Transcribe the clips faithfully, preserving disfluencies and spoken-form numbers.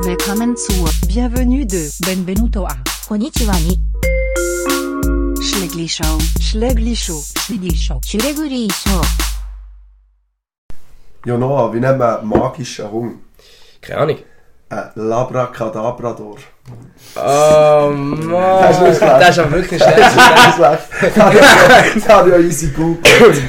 Willkommen zu Bienvenue de Benvenuto a Konnichiwa ni Schlegli Show. Schlegli Show. Schlegli Show. Schlegli Show. Ja, Noah, wie nennt man magischen Hund? Keine Ahnung. Ein Labracadabrador. Oh Mann, Das ist nicht schlecht. das ist aber wirklich schlecht. Das ist schlecht. Das habe ich ja easy gut.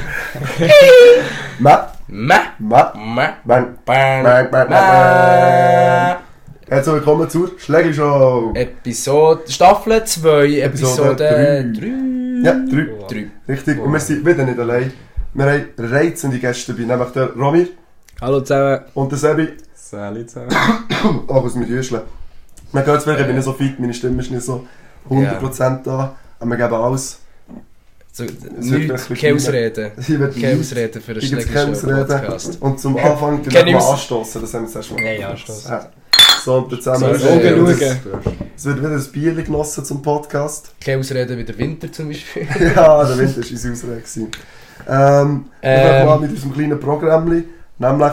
Ma, Meh, ma, meh, bang, bang, bang, bang, bang. Herzlich willkommen zur Schlegli Show. Episode, Staffel zwei, Episode Episode drei. Ja, drei. drei. Richtig, und wir sind wieder nicht allein. Wir haben reizende Gäste dabei, nämlich der Romir Hallo zusammen. und der Sebi. Salut zusammen. Auch aus mit Jüschle. Man hört es wirklich, ich bin nicht so fit, meine Stimme ist nicht so hundert Prozent da, aber wir geben alles. So, Es wird nichts, wirklich keine Ausreden. Hier wird Keine nichts. Ausreden für den Hier gibt's Schläger keine Show Ausreden. Podcast. Und zum Anfang Keine können wir Aus- anstoßen, das haben wir zuerst mal. Ja, ja, Anstoßen. Ja. So, und dann zusammen. So, es, Augen wird schauen. wieder- es wird wieder ein Bier genossen zum Podcast. Keine Ausreden wie der Winter zum Beispiel. Ja, der Winter war unsere Ausrede. gewesen. Ähm, wir Ähm. fangen mal mit unserem kleinen Programm, nämlich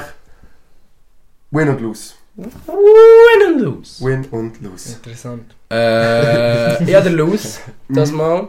Win und Lose. Win and lose. Win und Lose. Interessant. Äh, ja, der Lose, das mal.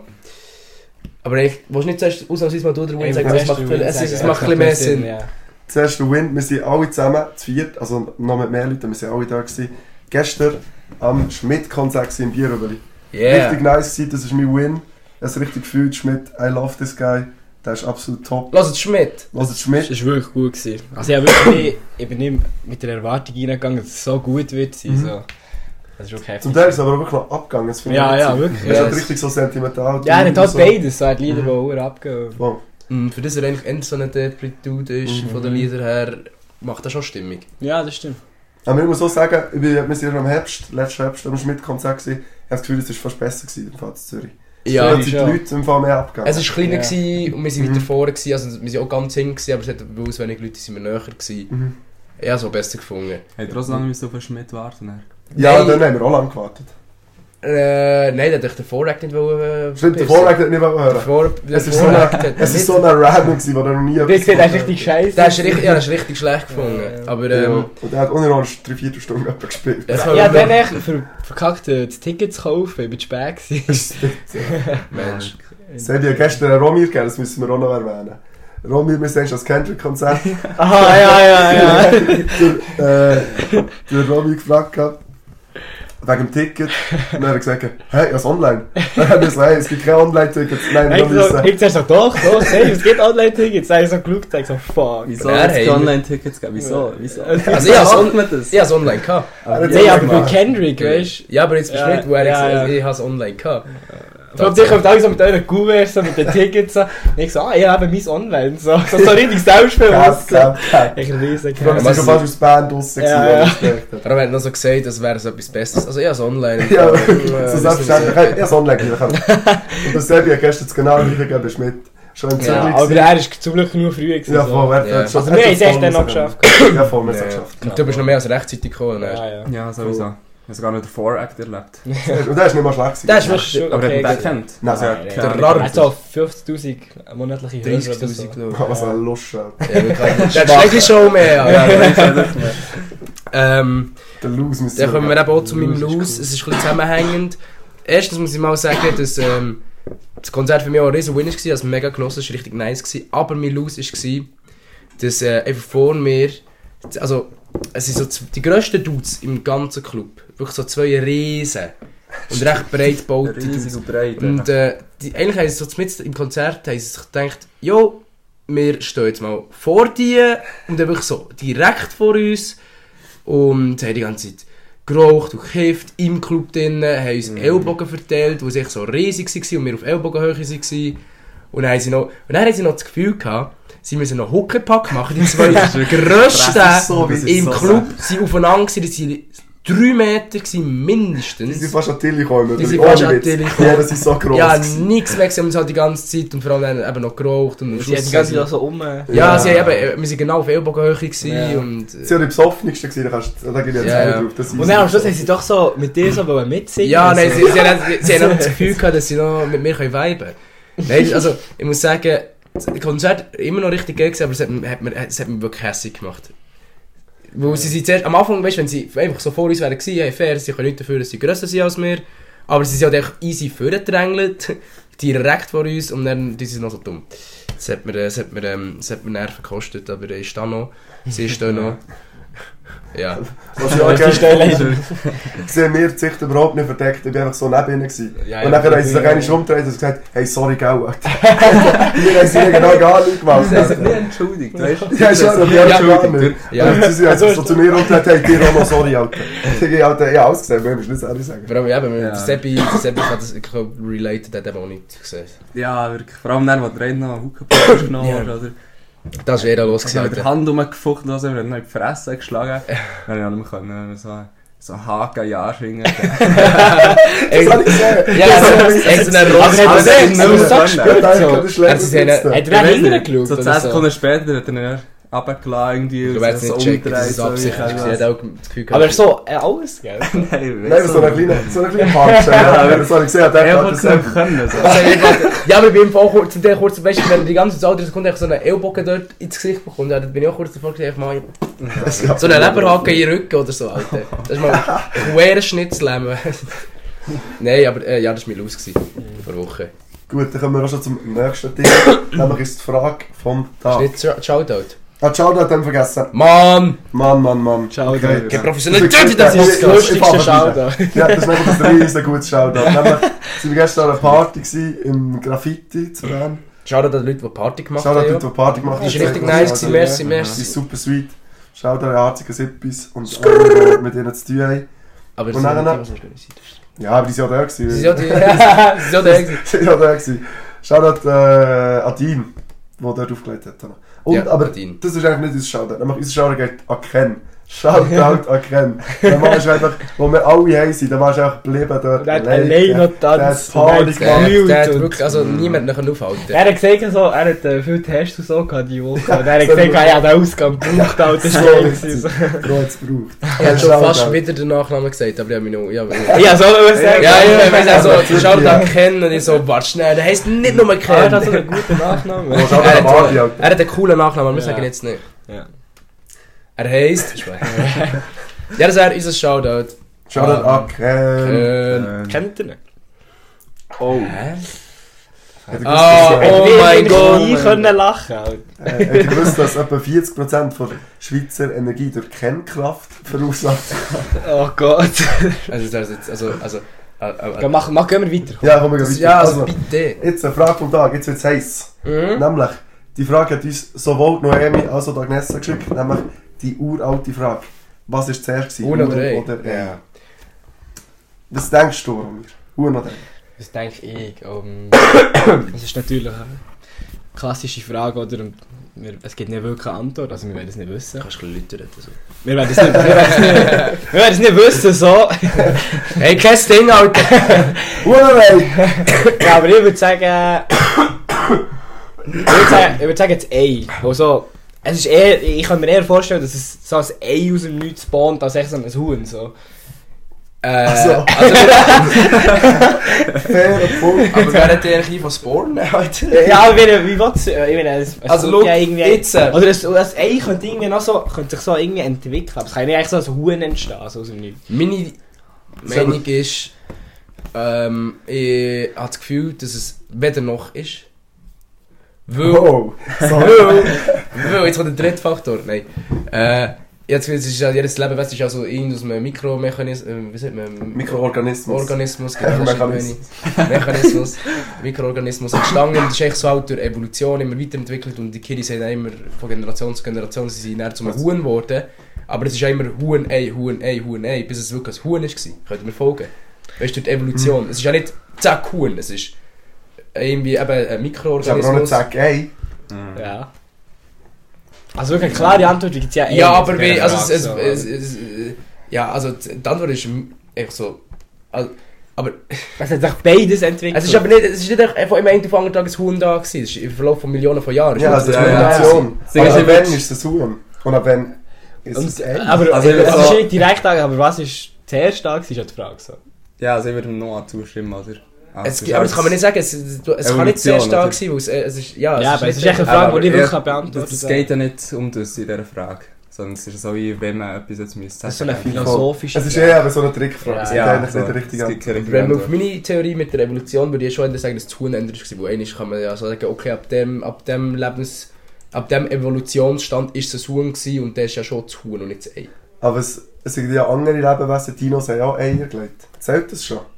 Aber ich, willst du nicht zuerst ausnahmsweise mal du den Win sagen? Das macht, viel- es, ist- es macht ein bisschen mehr Sinn. Ja. Zuerst der Win, wir sind alle zusammen, zu viert, also noch mit mehr Leuten, wir sind alle da gewesen. Gestern am Schmidt-Konzert im Bierrübeli. Yeah. Richtig nice gewesen, das ist mein Win. Es ist richtig gefühlt, Schmidt, I love this guy. Der ist absolut top. Lass es Schmidt. Was ist Das Schmidt? war wirklich gut. Gewesen. Also ich, hab wirklich, ich bin nicht mit der Erwartung reingegangen, dass es so gut wird sein. Mhm. So. Das ist wirklich heftig. Zum Teil ist es aber auch wirklich noch abgegangen. Das finde Ja, ich ja, witzig. wirklich. Er ist Ja, halt es- richtig so sentimental. Ja, er hat halt so. beides. So hat Lieder, Mhm. die auch abgehen. Wow. Mm, Für das er eigentlich eher so ein Depri-Dude ist, Mhm. von den Liedern her, macht er schon Stimmung. Ja, das stimmt. Aber ich muss so sagen, ich bin, wir sind ja im Herbst, letzten Herbst am Schmidt-Konzert gewesen. Ich habe das Gefühl, es war fast besser gewesen im Fall in Zürich. Ja, da Zürich sind die schon. Leute im Fall mehr abgegangen. es war kleiner Ja. gewesen und wir waren Mhm. weiter vorne, gewesen, also wir waren auch ganz hinten, gewesen, aber es hat, weil es wenig Leute sind wir näher gewesen. Mhm. Ich habe es auch besser gefunden. Habt ihr auch so lange auf den Schmidt warten? dann? Ja, Nein. dann haben wir auch lange gewartet. Äh, nein, der hat den Vorrecht nicht wollen. Äh, Stimmt, der verpissen. Vorweg hat nicht Der hören. Vor der Es ist so Vorrecht eine, hat es ist nicht- so eine Random gewesen, wo er noch nie Der etwas sieht gemacht richtig scheiße. Der ist richtig, ja, der ist richtig schlecht gefunden. Ja. Aber Ja. ähm, Und er hat ohne noch drei vier Stunden jemand gespielt. das Ja, ja dann echt ver verkackt, äh, das Ticket zu kaufen. Ich bin zu spät gewesen. Mensch. Es hat ja gestern einen Romir gegeben, das müssen wir auch noch erwähnen. Romir, wir sehen das Kendrick-Konzert. Aha, ja, ja, ja. der, äh, der Romir gefragt gehabt, wegen dem Ticket. Und dann hat er gesagt, hey, ja, es online. Dann hat er gesagt, hey, es gibt keine Online-Tickets. Nein, wir Ich müssen. so, ich so, doch, doch, hey, es gibt Online-Tickets. Dann habe ich so geschaut, ich so, fuck. Wieso Aber hat es er keine hat- Online-Tickets gegeben? Wieso? Wieso? Also Wieso ich macht habe man das? es ich online gehabt. Er hat es Nee, aber gemacht. bei Kendrick, weißt du? Ja, aber jetzt bist du Ja, nicht, wo er ja, gesagt hat, ja. ich habe es online gehabt. Vor allem, ich kommt alle so mit euren Kuverts, so mit den Tickets. So. Und ich so, ah, ich habe mein Online. So, so, so richtig selbstbewusst. So. Geil, geil. Ich riesen Wir geil. sind schon fast aus der Band draussen Ja, gewesen, ja. als er gesagt hat. Aber er hat noch so gesagt, das wäre so etwas Besseres. Also ich habe es online. Ja, Äh, so selbstverständlich. Hey, er ist online gegeben. Und das Sebi hat gestern das genau gleiche gegeben, bist mit. Schon im Ja, Zürich aber gewesen. er ist zum Glück nur früh gewesen. Ja, so. voll, er Ja. hat schon. Also er wir hat haben es schon echt dann noch voll geschafft. Ja, voll, wir haben es Ja. geschafft. Und du bist noch mehr als rechtzeitig gekommen. Ja, Ja, ja. Ja, sowieso. Ich habe sogar noch den Voract erlebt. Und der ist nicht mal schlecht gewesen. Das ist Das ist schon Aber okay. hat er den kennt? Nein. Also, ja, Nein, keine der Ahnung. Rar- Er hat so fünfzigtausend monatliche Hörer oder dreißigtausend, so. glaube ich. Aber so eine Lust. Alter. Ja, wirklich. Der hat schlechte Show mehr. Ja, Ja. das ist einfach mehr. Ähm, Der Lose müsste dann kommen wir eben auch zu meinem Lose ist Lose. Es ist ein bisschen zusammenhängend. Erstens muss ich mal sagen, dass ähm, das Konzert für mich auch ein riesen Win war. Ich habe es mega genossen, es war richtig nice. Gewesen. Aber mein Lose war, dass äh, einfach vor mir, also es sind so z- die grössten Dudes im ganzen Club. Wirklich so zwei Riesen. Und recht breit gebaut. Riesig und breit. Und äh, die, eigentlich haben sie so mitten im Konzert haben sie sich gedacht, jo, wir stehen jetzt mal vor dir und dann wirklich so direkt vor uns und haben die ganze Zeit geraucht und gekifft im Club drinnen, haben uns Ellbogen verteilt, die sich so riesig waren und wir auf Ellbogenhöhe waren. Und dann haben sie noch, und dann haben sie noch das Gefühl gehabt, sie müssen noch Huckepack machen. Die zwei grössten Das ist so, wie sie im so Club waren aufeinander, gewesen, die waren drei Meter gewesen, mindestens. Die sind fast an Tilly gekommen. Die sind ohne fast an Witz. Tilly Ja, gekommen. das ist so gross. Ja, gewesen. nichts mehr, sie haben uns halt die ganze Zeit und vor allem dann eben noch geraucht. Und am Sie Schluss haben die ganze sind Zeit so um. ja, Ja. sie haben eben, wir sind genau auf Ellbogenhöhe gewesen Ja. und... Sie waren die besoffenigsten gewesen, da kannst du- da gebe ich jetzt Ja, auch ja. drauf. Das ist Und dann am Schluss haben sie doch so mit dir so wollen mitsingen. Ja, nein, so. sie, sie, haben, sie haben noch das Gefühl gehabt, dass sie noch mit mir können viben können. Nein, also, ich muss sagen, das Konzert war immer noch richtig geil gewesen, aber es hat, hat, mir, es hat mir wirklich hässlich gemacht. Weil sie sind zuerst, am Anfang, weißt, wenn sie einfach so vor uns wären gewesen, hey, fair, sie können nicht dafür, dass sie grösser sind als wir, aber sie sind halt echt easy vorgedrängelt, direkt vor uns, und dann die sind noch so dumm. Das hat mir, das hat mir, ähm, das hat mir Nerven gekostet, aber er ist da noch, sie ist da noch. Ja. Was ich auch gerne gesehen, mir die Sicht überhaupt nicht verdeckt, ich war einfach so neben ihnen. Gewesen. Ja, und ja, dann haben sie sich eigentlich umgedreht und gesagt, hey, sorry, gell, Alter. Hier haben sie genau gar nichts gemacht. Sie haben sich nicht entschuldigt, weißt du? Ja, schon, aber Ja, ja, gar nicht. Ja. Und sie sind also so zu mir umgedreht, hey, dir auch noch sorry, Alter. Ich habe halt, ja, alles gesehen, wir müssen nicht ehrlich sagen. Vor allem, ja, wenn Ja. der Seppi, der Seppi hat das related, hat eben auch nicht gesehen. Ja, wirklich. Vor allem dann, wo der eine noch einen Huckepack genommen Ja. hat, oder? Das wäre los Ich habe gewesen, mit der Alter. Hand rumgefuchtelt, also wir haben noch in die Fresse geschlagen. Dann habe ich nicht mehr können, so, so Haken, ja, schwingen. Das habe ich gesehen. Ja, er hat so einen Aber Ross hat er Also, gesehen, ich so muss so sagen, gespielt, Ja, danke, so. das ist schlecht. Also, sie haben- jetzt. Hat er auch hinterher geschaut, So oder zehn so? Sekunden später hat er ihn runtergelassen, irgendwie. Du wirst so nicht checken, dass es umgedreht, absichtlich so, ist. Er hat auch das Gefühl Aber so, äh, alles, gell? Nein, Nein, so eine kleine, so eine kleine Punch. Ja, das habe ich gesehen. Der Er hat hat das es nicht können. So. Also, ich wollte- ja, aber ich bin auch kurz, zum Teil kurz, weißt du, wenn die ganze Zeit so eine Ellbogen dort ins Gesicht bekommt, ja, dann bin ich auch kurz davor gesehen, ich mal so einen Leberhaken in den Rücken oder so, Alter. Das ist mal ein querer Schnitzel. Nein, aber äh, ja, das war mir los gewesen, vor Wochen. Gut, dann kommen wir auch schon zum nächsten Ding. Nämlich ist die Frage vom Tag. Ist nicht Shoutout? Ah, Shoutout haben wir vergessen. Mann! Mann, Mann, Mann. Shoutout. Okay. Geh professionell Das ist das das ist Ja, lustigste ich fahr Shoutout. Ja, das ist wirklich ein riesen gutes Shoutout. Nämlich waren wir gestern an einer Party gewesen, im Graffiti zu Bern. Shoutout an die Leute, die Party gemacht Shoutout an die haben. Leute, die Party gemacht haben. Das ist richtig Das nice ist gewesen, merci, Das merci. ist super sweet. Shoutout an Harziger Sippis und alle, die mit ihnen zu tun haben. Aber Und das dann- sind nicht die, was wir organisiert haben. Ja, aber die sind ja da gewesen. Sie sind ja die... Sie sind ja der gewesen. Sie sind ja da gewesen. Shoutout äh, an Dean, der dort aufgelegt hat. Und, Ja, aber an Dean. das ist eigentlich nicht unser Shoutout. Nämlich unser Shoutout geht an Ken. Shoutout an Ken. Der Mann ist einfach, wo wir alle heim sind, der Mann ist einfach geblieben dort. Der hat allein noch Der hat getanzt. Party und Der, gemacht. gefühlt der hat und- wirklich... Also niemand kann aufhalten. Er hat gesagt, so, er hat äh, viele Tests und so gehabt diese Woche. Und er hat gesagt, ja, der Ausgang braucht halt, das ist geil gewesen. so. Bro, hat's gebraucht. Ich habe schon Shoutout. fast wieder den Nachnamen gesagt, aber ich habe mich noch... Ja, ja, Ja, so will ich sagen. ja, ich weiß Ja, also, ja. Shoutout an Ken und ich so, warte schnell, der heisst nicht nur Er Ken. hat so einen guten Nachnamen. Bro, Shoutout Er an hat, Mardi, so, Alter. er hat einen coolen Nachnamen, wir Ja. sagen jetzt nicht. Ja. Er heisst... Ja, das wäre unser Shoutout. Shoutout Ah. an Ken. Ken. Kennt ihr nicht? Oh. Hä? Hat ihr Ah, gewusst, dass- oh mein Gott. Ich können lachen. Alter. äh, Habt ihr gewusst, dass etwa vierzig Prozent von der Schweizer Energie durch Kernkraft verursacht? Oh Gott. Also, das ist jetzt... Also... also äh, äh, Ja, mach, mach, gehen wir weiter. Ja, komm, wir gehen das, weiter. ja, also Also, bitte. jetzt eine Frage vom Tag, jetzt wird's heiß. Mhm. Nämlich, die Frage hat uns sowohl Noemi als auch Agnesa geschickt, nämlich die uralte Frage. Was war zuerst? gewesen? Huhn oder Ei? oder Ei? Ja. Was denkst du, Romir? Huhn oder Ei? Was denke ich? Um, das ist natürlich eine klassische Frage, oder? Und wir, es gibt nicht wirklich eine Antwort, also wir werden es nicht wissen. Kannst du ein bisschen läutern, so. Wir werden es nicht, wir werden es nicht, wir werden es nicht wissen, so. Hey, kein Ding, Alter! Huhn oder Ei? Ja, aber ich würde sagen... Ich würde sagen, ich würde sagen jetzt Ei. Also, es ist eher, ich kann mir eher vorstellen, dass es so ein Ei aus dem Nichts spawnt, als echt so ein Huhn, so. Äh, Also. also, Fairer Punkt. aber wer hat die eigentlich von Sporn, Alter? Ja, aber wie, wie willst du, ich meine, es, es Also, kommt schau, ja irgendwie... jetzt, äh, Oder das, das Ei könnte irgendwie noch so, könnte sich so irgendwie entwickeln, aber es kann nicht eigentlich so ein Huhn entstehen, so aus dem Nichts. Meine Meinung ist, ähm, ich habe das Gefühl, dass es weder noch ist. Weil, Oh, sorry. weil, weil, jetzt kommt der dritte Faktor, nein. Äh, ich habe das Gefühl, es ist ja, jedes Lebewesen ist ja so in aus einem Mikromechanismus, äh, wie sagt man? Mikroorganismus. Organismus, genau, das ist Mechanismus. meine- Mechanismus, Mikroorganismus entstanden und das ist echt so halt durch Evolution immer weiterentwickelt und die Kiddies sind auch immer von Generation zu Generation, sie sind dann zum Huhn geworden, aber es ist auch immer Huhn, Ei, Huhn, Ei, Huhn, Ei, bis es wirklich ein Huhn war. Könnt ihr mir folgen? Weißt du, durch die Evolution, Mhm. es ist ja nicht zack Huhn, es ist irgendwie eben ein Das ist aber noch nicht Mikroorganismus. Zack Ei. Ja. Also wirklich eine klare Antwort gibt es ja eh Ja, nicht aber auf wie, diese also Frage, es, es, so. es, es, es, ja, also die Antwort ist echt so, also, aber Es hat sich beides entwickelt. es ist aber nicht, es ist nicht einfach von einem einen auf den anderen Tag ein Huhn da gewesen, es ist im Verlauf von Millionen von Jahren. Ja, also das ist Ja, eine ja. Evolution. Ja. Aber ab Ja. wann ist es ein Huhn? Und ab wann ist es Und, ein Ei? aber Also, es so- ist nicht direkt sagen, aber was ist zuerst da, ist ja die Frage so. Ja, also ich würde ihm Noah zustimmen, oder? Also, Es, aber das kann man nicht sagen, es, es, es kann nicht zuerst da gewesen, weil es, äh, es ist, ja, Ja, aber es nicht ist echt eine Aber Frage, die ich ja, wirklich beantworten Es kann. geht ja nicht um das in dieser Frage. Sondern es ist so wie, wenn man etwas jetzt müsste Das ist so sagen. eine philosophische Es ist eher eben so eine Trickfrage. Ja, Es gibt ja, eigentlich so. nicht die richtige Es gibt keine Antwort. richtige Wenn man auf meine Theorie mit der Evolution würde ich schon eher sagen, dass das Huhn anders war. Wo einmal kann man ja sagen, okay, ab dem, ab dem Lebens... Ab dem Evolutionsstand ist es ein Huhn gewesen und der ist ja schon das Huhn und nicht das Ei. Aber es, es gibt ja andere Lebewesen, Dinos haben auch Eier gelegt. Zählt das schon?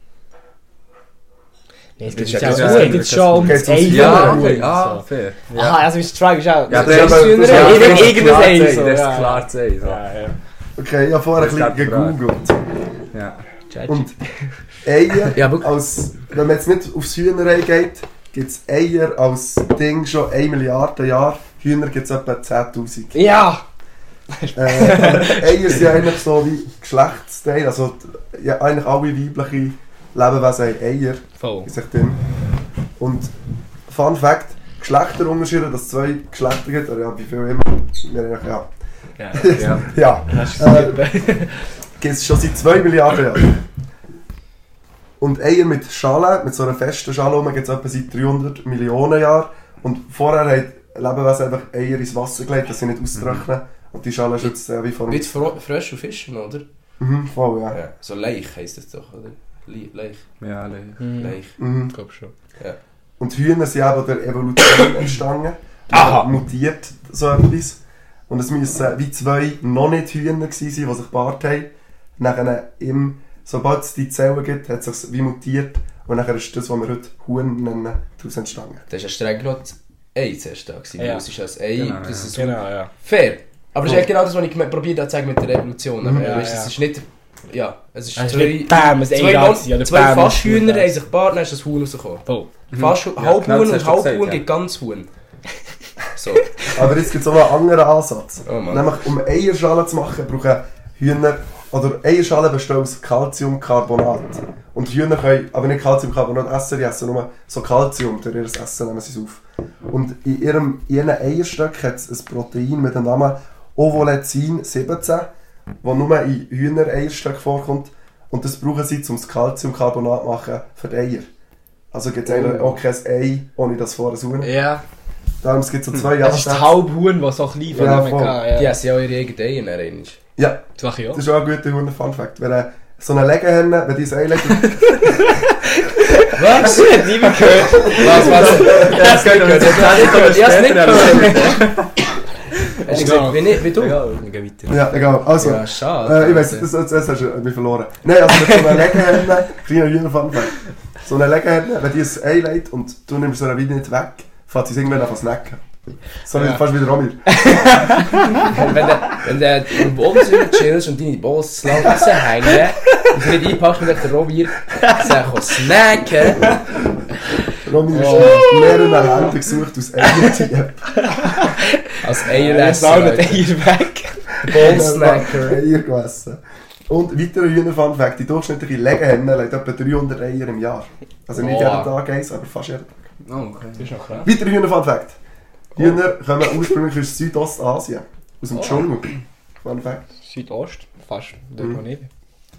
Nee, es Das geht ist jetzt ja- auch- es geht jetzt schon um Geht's das ums Ei. Ja, Huhn? okay, ah, fair. Aha, also ist die Frage ist auch... Ja, das ist aber- das das ist ja, aber- das ist irgendein klar Ei, zu so, sehen, das ja. ist klar zu sehen, so. Ja, ja. Okay, ich habe vorher Das ein ist bisschen die Frage. gegoogelt. Ja. Und Eier, Ja, aber- als, wenn man jetzt nicht aufs Hühnerei geht, gibt es Eier als Ding schon eine Milliarde Jahre. Hühner gibt es etwa zehntausend. Ja! Äh, aber Eier sind eigentlich so wie Geschlechtsteile. Also ja, eigentlich alle weibliche Lebewesen haben Eier Voll. in sich drin. Und Fun Fact, Geschlechterunterschiede, dass es zwei Geschlechter gibt, oder ja, wie viel immer. Wir haben ja, Ja. Ja. ja. Hast Äh, gibt es schon seit zwei Milliarden Jahren. Und Eier mit Schale, mit so einer festen Schale gibt es etwa seit dreihundert Millionen Jahren. Und vorher haben Lebewesen einfach Eier ins Wasser gelegt, dass sie nicht austrocknen. Und die Schale schützt ja wie vor Wie Fro Frösche und Fischen, oder? Mhm, voll, ja. Ja. So Leich heisst das doch, oder? Le Leich. Ja, alle. Leich. Mhm. Ich glaube schon. Und Hühner sind eben der Evolution entstanden. Aha. Mutiert so etwas. Und es müssen wie zwei noch nicht Hühner gewesen sein, die sich gepaart haben. Nachher im, sobald es die Zellen gibt, hat es sich wie mutiert. Und nachher ist das, was wir heute Huhn nennen, daraus entstanden. Das war ja streng genommen das Ei zuerst da. gewesen. Ja. Es ist ja das Ei, Genau, das ja. ist Genau, ja. fair. Aber das ist Cool. echt genau das, was ich gem- probiert habe zu sagen mit der Evolution. Aber, Ja, weißt, ja. Es ist nicht... Ja, es ist Es ist zwei... nicht Bam, ein Ei zwei da Non- gewesen, oder zwei Bam, Fasthühner ein haben sich gepaart, dann ist das Huhn rausgekommen. Voll. Fast Ja, Halbhuhn genau, das und hast du Halbhuhn gesagt, ja. gibt ganz Huhn. So. Aber jetzt gibt es auch noch einen anderen Ansatz. Oh Mann. Nämlich, um Eierschalen zu machen, brauchen Hühner... Oder Eierschalen bestehen aus Calciumcarbonat. Und Hühner können aber nicht Calciumcarbonat essen, die essen nur so Calcium. Durch ihr Essen nehmen sie es auf. Und in ihrem, in ihren Eierstück hat es ein Protein mit dem Namen Ovolecin siebzehn, das nur in Hühnereierstöcken vorkommt. Und das brauchen sie, um das Calciumcarbonat zu machen für die Eier. Also gibt es eigentlich auch kein Ei ohne das Vorhuhn. Ja. Darum es gibt so zwei Das ist das Halbhuhn, das so klein von Ja, dem voll. kann. Die Ja. essen ja auch ihre eigenen Eier dann einmal. Ja, Das mache ich auch. das ist auch ein guter Huhn-Fun-Fact. Wenn eine, so eine Legehenne, wenn die ein Ei legt, Was? Ich hätte nie mehr gehört. Was, was? Das geht aber Ich hab's nicht gehört. Hast du Egal. gesagt, wie, nicht, wie du? Egal, wir gehen weiter. ja, egal. Also, Ja, schade. äh, ich weiss, das, das, das hast du mich verloren. Nein, also mit so einer Legehenne, kleiner Hühner-Fun-Fact. So eine Legehenne, wenn die ein Ei legt und du nimmst so eine Weide nicht weg, fährt sie es irgendwann an zu snacken. So wie Ja. fast wie der Romir. Und wenn du wenn du im Wohnzimmer chillst und deine Balls zu lang raushängen und du nicht einpackst mit der Robier, dann kannst du snacken. Romir ist Oh. mehrere Hände gesucht aus Eiertier. Als Jetzt Eieresser. auch nicht Eier weg. Ballsnacker. Eier gegessen. Und weiterer Hühner-Fun-Fact, die durchschnittliche Legehenne legt etwa dreihundert Eier im Jahr. Also nicht Boah. jeden Tag eins, aber fast jeden Tag. Oh, okay. Das ist noch krass. Weiterer Hühner-Fun-Fact. Hühner kommen ursprünglich aus Südostasien. Aus dem Oh. Dschungel. Fun Fact. Südost? Fast. Dort noch nicht.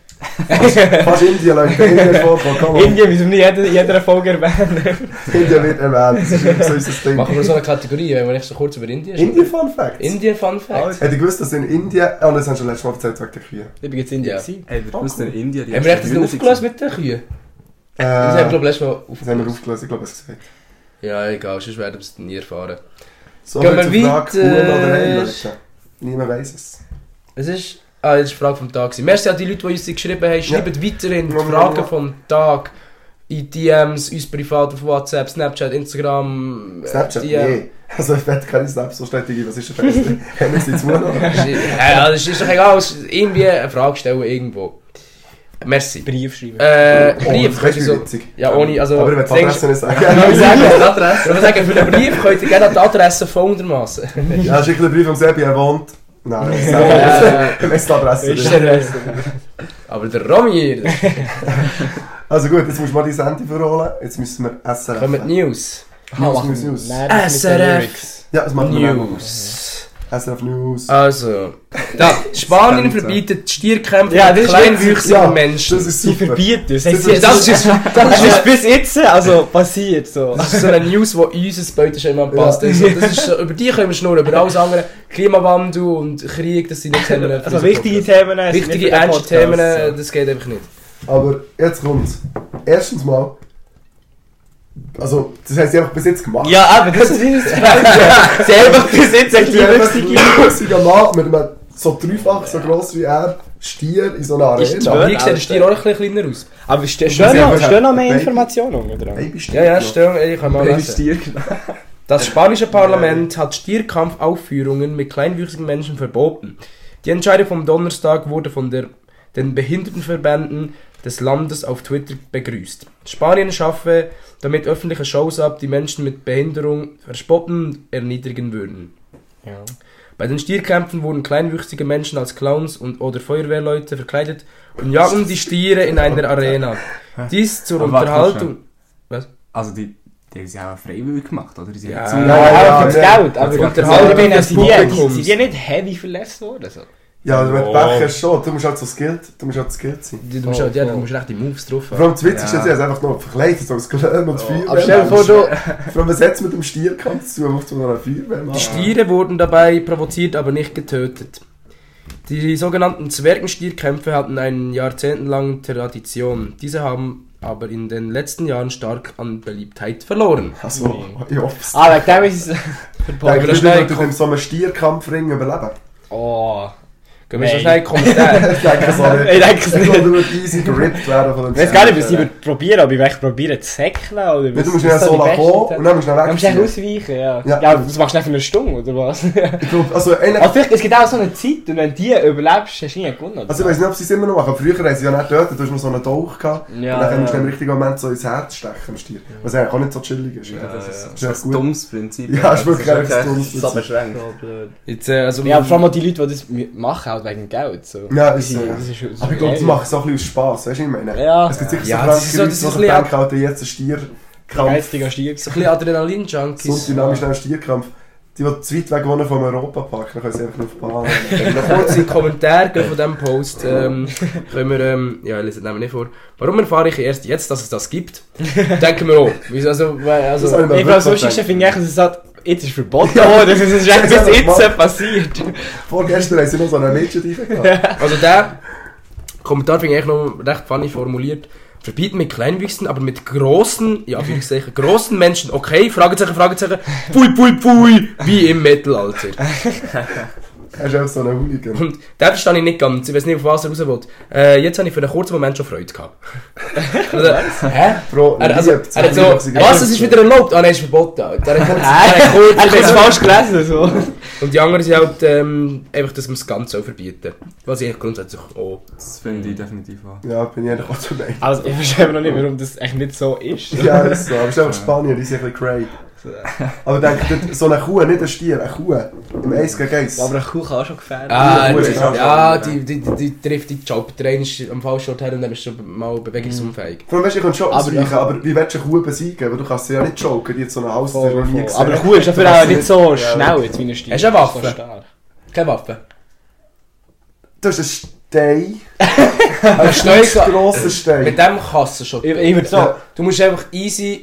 Fast Indien, Leute. Indien ist vorgekommen. Komm on. Indien müssen wir nicht in jeder, jeder Folge erwähnen. Indien wird erwähnt. Das ist immer so unser Ding. Machen wir so eine Kategorie, wenn wir nicht so kurz über Indien Indien-Fun-Facts. Indien Fun Facts. Hätte ich gewusst, dass in Indien... Oh, das haben wir schon letztes Mal erzählt wegen der Kühe. Ich bin jetzt in Indien. Ja. gewesen. Ey, wir wussten in Indien, die Haben wir echt das ersten nicht Hühner aufgelöst mit den Kühen? Äh, Das haben wir, glaube ich, letztes Mal das haben wir aufgelöst. aufgelöst, ich glaube, es gesagt. Ja, egal, sonst werden wir es nie erfahren. So, Gehen jetzt wir zur Frage, weiter. Huhn oder Ei, Leute. Niemand weiss es. Es ist... Ah, das ist die Frage vom Tag. gewesen. Merci an die Leute, die uns die geschrieben haben. Schreibt weiterhin die Ja, ja, Fragen ja. vom Tag in D Ms, uns privat auf WhatsApp, Snapchat, Instagram. äh, Snapchat? D M. Nee. Also ich werde keine Snaps so stetig, was ist denn das? Haben sie zu noch? Ja, das ist doch egal. es ist Irgendwie eine Frage stellen irgendwo. Merci. Brief schreiben. Äh, Oh, Brief das könnt ihr ist so... witzig. Ja, ohne... Also, Aber ich will die denkst- Adresse nicht sagen. Ja, ich sagen, die Adresse. Ich würde sagen, für den Brief könnt ihr gerne die Adresse folgendermaßen. Ja, schick einen Brief am Sebi, er wohnt. Nein, das ist Ja. nicht. Weiss die Adresse Ist nicht. der Rest. Aber der Romy, Also gut, jetzt musst du mal die Sendung verholen. Jetzt müssen wir S R F. kommen die News. News, News, News. Nein, das S mit den R F. Lyrics. Ja, das machen wir dann. News. S R F News. Also, da, Spanien Ganze. verbietet Stierkämpfe Ja, mit das ist kleinwüchsigen Ja, Menschen. Das ist Sie super. verbieten es. Sie Das, verbieten- das, ist, das ist bis jetzt also passiert. So. Das ist so eine News, die unser Beuteschema passt. Ja. Also, das ist so, über die können wir schnurren, über alles andere. Klimawandel und Krieg, das sind nicht Themen. für Also unseren wichtige Podcast. Themen. sind Wichtige, nicht für den ernste Podcast, Themen, so. das geht einfach nicht. Aber jetzt kommt's. Erstens mal. Also, das haben sie einfach bis jetzt gemacht. Ja, aber das ist das Falsche. Sie haben einfach bis jetzt ein Sie haben einfach kleiner einen kleinwüchsigen Mann mit einem so dreifach so gross wie er Stier in so einer Ist Arena. Aber Ja, hier sieht der Stier auch ein bisschen kleiner aus. Aber ste- Und stehen sie noch, haben stehen noch mehr Baby- Informationen unten dran? Babystier. Ja, ja, noch. stimmt, ich kann mal Baby lesen. Stier. Das spanische Parlament hat Stierkampfaufführungen mit kleinwüchsigen Menschen verboten. Die Entscheidung vom Donnerstag wurde von der, den Behindertenverbänden des Landes auf Twitter begrüßt. Spanien schaffe damit öffentliche Shows ab, die Menschen mit Behinderung verspotten und erniedrigen würden. Ja. Bei den Stierkämpfen wurden kleinwüchsige Menschen als Clowns und oder Feuerwehrleute verkleidet und jagen die Stiere in einer Arena. Dies zur Aber warte, Unterhaltung... Also die, die haben sie auch freiwillig gemacht, oder? Die sind Ja. jetzt so- Ja, Ja, ja, für das ja. Geld. Aber Für ich die meine, Unterhaltung des sind die, die, Publikums. sind die nicht heavy verletzt worden? So? Ja, wenn du Oh. Pech hast schon, du musst halt so skilled, du musst halt skilled sein. Du musst, halt, ja, du musst echt die Moves drauf Vor haben. allem das Witzigste Ja. ist, sie haben es einfach noch verkleidet, so als Glöhn und Feuerwehr. Aber stell dir vor, du... Vor allem, was hat es mit dem Stierkampf zu tun? Macht so eine Feuerwehr. Die Stiere wurden dabei provoziert, aber nicht getötet. Die sogenannten Zwergenstierkämpfe hatten eine jahrzehntelange Tradition. Diese haben aber in den letzten Jahren stark an Beliebtheit verloren. Also, ich hoffe es. Ah, wegen dem ist es Denke, verboten. das du schnell würdest in so einem Stierkampfring überleben. Oh. Gehen wir so Nein. schnell in die Kommentare. Ich denke so nicht. Ich denke es Ich nicht. glaube, du würdest easy gerippt werden von dem Ich weiß gar nicht, was ich probieren, ob ich echt probieren zu säckeln oder Ja, was. du musst was schnell so die kommen besten- und dann musst du Dann musst du schnell echt wegziehen. ausweichen, ja. Ja. Ja, das machst du nicht für eine Stunde, oder was? Ich glaube, also eigentlich... Aber vielleicht, es gibt auch so eine Zeit, und wenn die überlebst, hast du nie gewonnen. oder? Also ich weiß nicht, ob sie es immer noch machen. Früher haben sie ja nicht getötet, du hast noch so einen Tauch gehabt. Ja, und dann musst du ja. im richtigen Moment so ins Herz stechen, dem Stier. Was eigentlich auch nicht so chillig ist. Ja, das ist, ja. das ist Das echt ist ein gut. dummes Prinzip. Ja, ist wirklich ein echt dummes so Prinzip. beschränkt. Jetzt, äh, also, Ja, aber vor allem auch die Leute, die das machen, halt wegen Geld. So. Ja, Das ist so. ist- Ja. das ist- das Aber ich ist glaube, das geil. macht es auch ein bisschen aus Spass, weißt du, was ich meine? Ja. Es gibt sicher Ja, so das ist so- kranke das ist Leute, ein die bisschen denken, halt, jetzt ein Stierkampf, Geistiger Stier. so ein bisschen Adrenalin-Junkies. so ein dynamisch ein Stierkampf. Die, die zu weit weg wohnen vom Europapark, dann können sie einfach nicht auf die Bahn. Wenn wir noch kurz in die Kommentare gehen von diesem Post, ähm, können wir, ähm, ja, ich lese den nicht vor. Warum erfahre ich erst jetzt, dass es das gibt? Denken wir auch. Wieso, also, weil, Das also, habe ich mir Ich glaube, so wirklich Schicksal gedacht. finde ich, dass es halt jetzt ist verboten Ja. worden. Das ist echt bis Das ist jetzt einfach passiert. Vorgestern haben sie noch so eine Mädchen gehabt. also der Kommentar finde ich eigentlich noch recht funny formuliert. Verbieten mit Kleinwüchsen, aber mit großen, ja, Anführungszeichen, großen Menschen, okay, Fragezeichen, Fragezeichen, pfui, pfui, pfui, wie im Mittelalter. Er ist einfach so ein Hooligan. Und den verstehe ich nicht ganz, ich weiß nicht, auf was er raus will. Äh, jetzt habe ich für einen kurzen Moment schon Freude gehabt. Also, hä? Bro, Er, also, liebt er hat so, es. was, es ist wieder erlaubt? Ah nein, es ist verboten. Alter. Er hat kurz, er hat Er kurz, hat es falsch gelesen. So. und die anderen sind halt ähm, einfach, dass man es ganz so verbieten. Was ich eigentlich grundsätzlich auch. Das finde ich definitiv auch. Ja, bin ich eigentlich auch zu nein. Also, ich verstehe noch nicht, warum das echt nicht so ist. Ja, ist so. Aber es ist einfach Spanien, die sind ein bisschen cray. Aber denk, dort- so eine Kuh, nicht ein Stier, eine Kuh. Im eins gegen eins. Aber eine Kuh kann auch schon gefährlich. Ah, gut, die, ja. ja, die, die, die, die trifft die Job. Der eine ist am falschen Ort her und dann ist schon mal bewegungsunfähig. Vor allem, weißt du, ich kann schon Aber- ausweichen, aber wie willst du eine Kuh besiegen? Weil du kannst sie ja nicht joken, die hat so ein Haus, Voll, das noch nie voll. gesehen. Aber eine Kuh ist dafür Du auch kannst nicht sie so Ja. schnell jetzt wie eine Stier. Hast du eine Waffe? So stark. Keine Waffe. Du hast einen Stein, Aber einen schnell, ganz grossen Stein. mit dem kannst du schon. Ich, ich würde so. Ja. Du musst einfach easy.